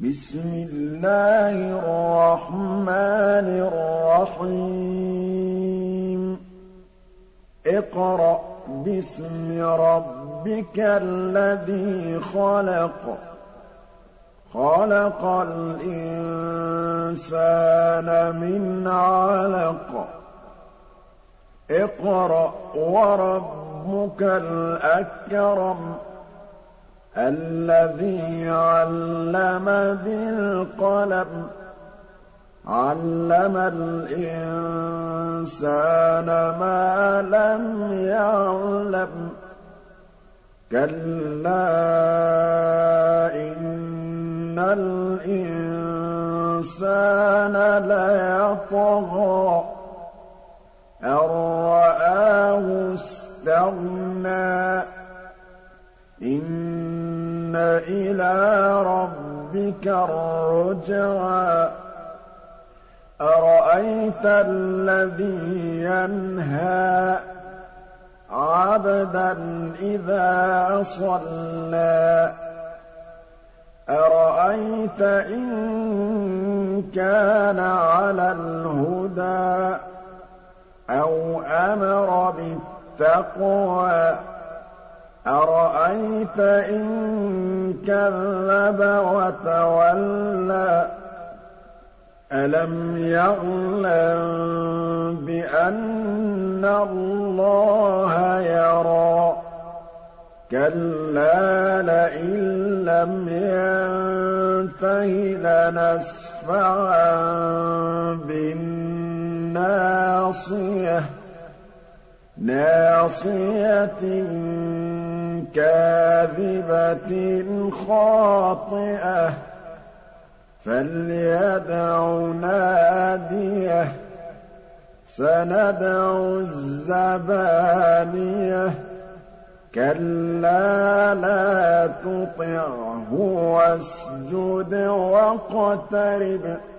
بسم الله الرحمن الرحيم اقرأ باسم ربك الذي خلق خلق الإنسان من علق اقرأ وربك الأكرم الذي علم بالقلم علم الإنسان ما لم يعلم كلا إن الإنسان ليطغى أن رآه استغنى إن إلى ربك الرجعى أرأيت الذي ينهى عبدا إذا صلى أرأيت إن كان على الهدى أو أمر بالتقوى أرأيت إن كذب وتولى ألم يعلم بأن الله يرى كلا لئن لم ينته لنسفعا بالناصية ناصية كاذبة خاطئة فليدع ناديه سندع الزبانية كلا لا تطعه واسجد واقترب